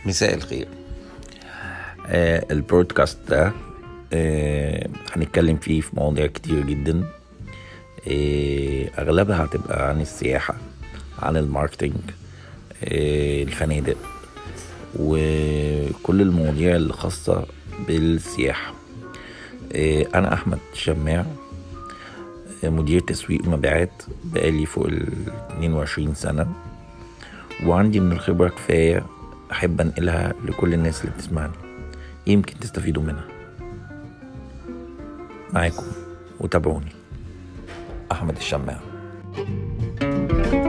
مساء الخير. البودكاست ده هنتكلم فيه في مواضيع كتير جدا. أغلبها هتبقى عن السياحة، عن الماركتينج، الفنادق، وكل المواضيع اللي خاصة بالسياحة. أنا أحمد شماع، مدير تسويق مبيعات بقالي فوق 22 سنة، وعندي من الخبرة كفاية أحب أنقلها لكل الناس اللي بتسمعني، يمكن تستفيدوا منها. معاكم وتابعوني، أحمد الشماع.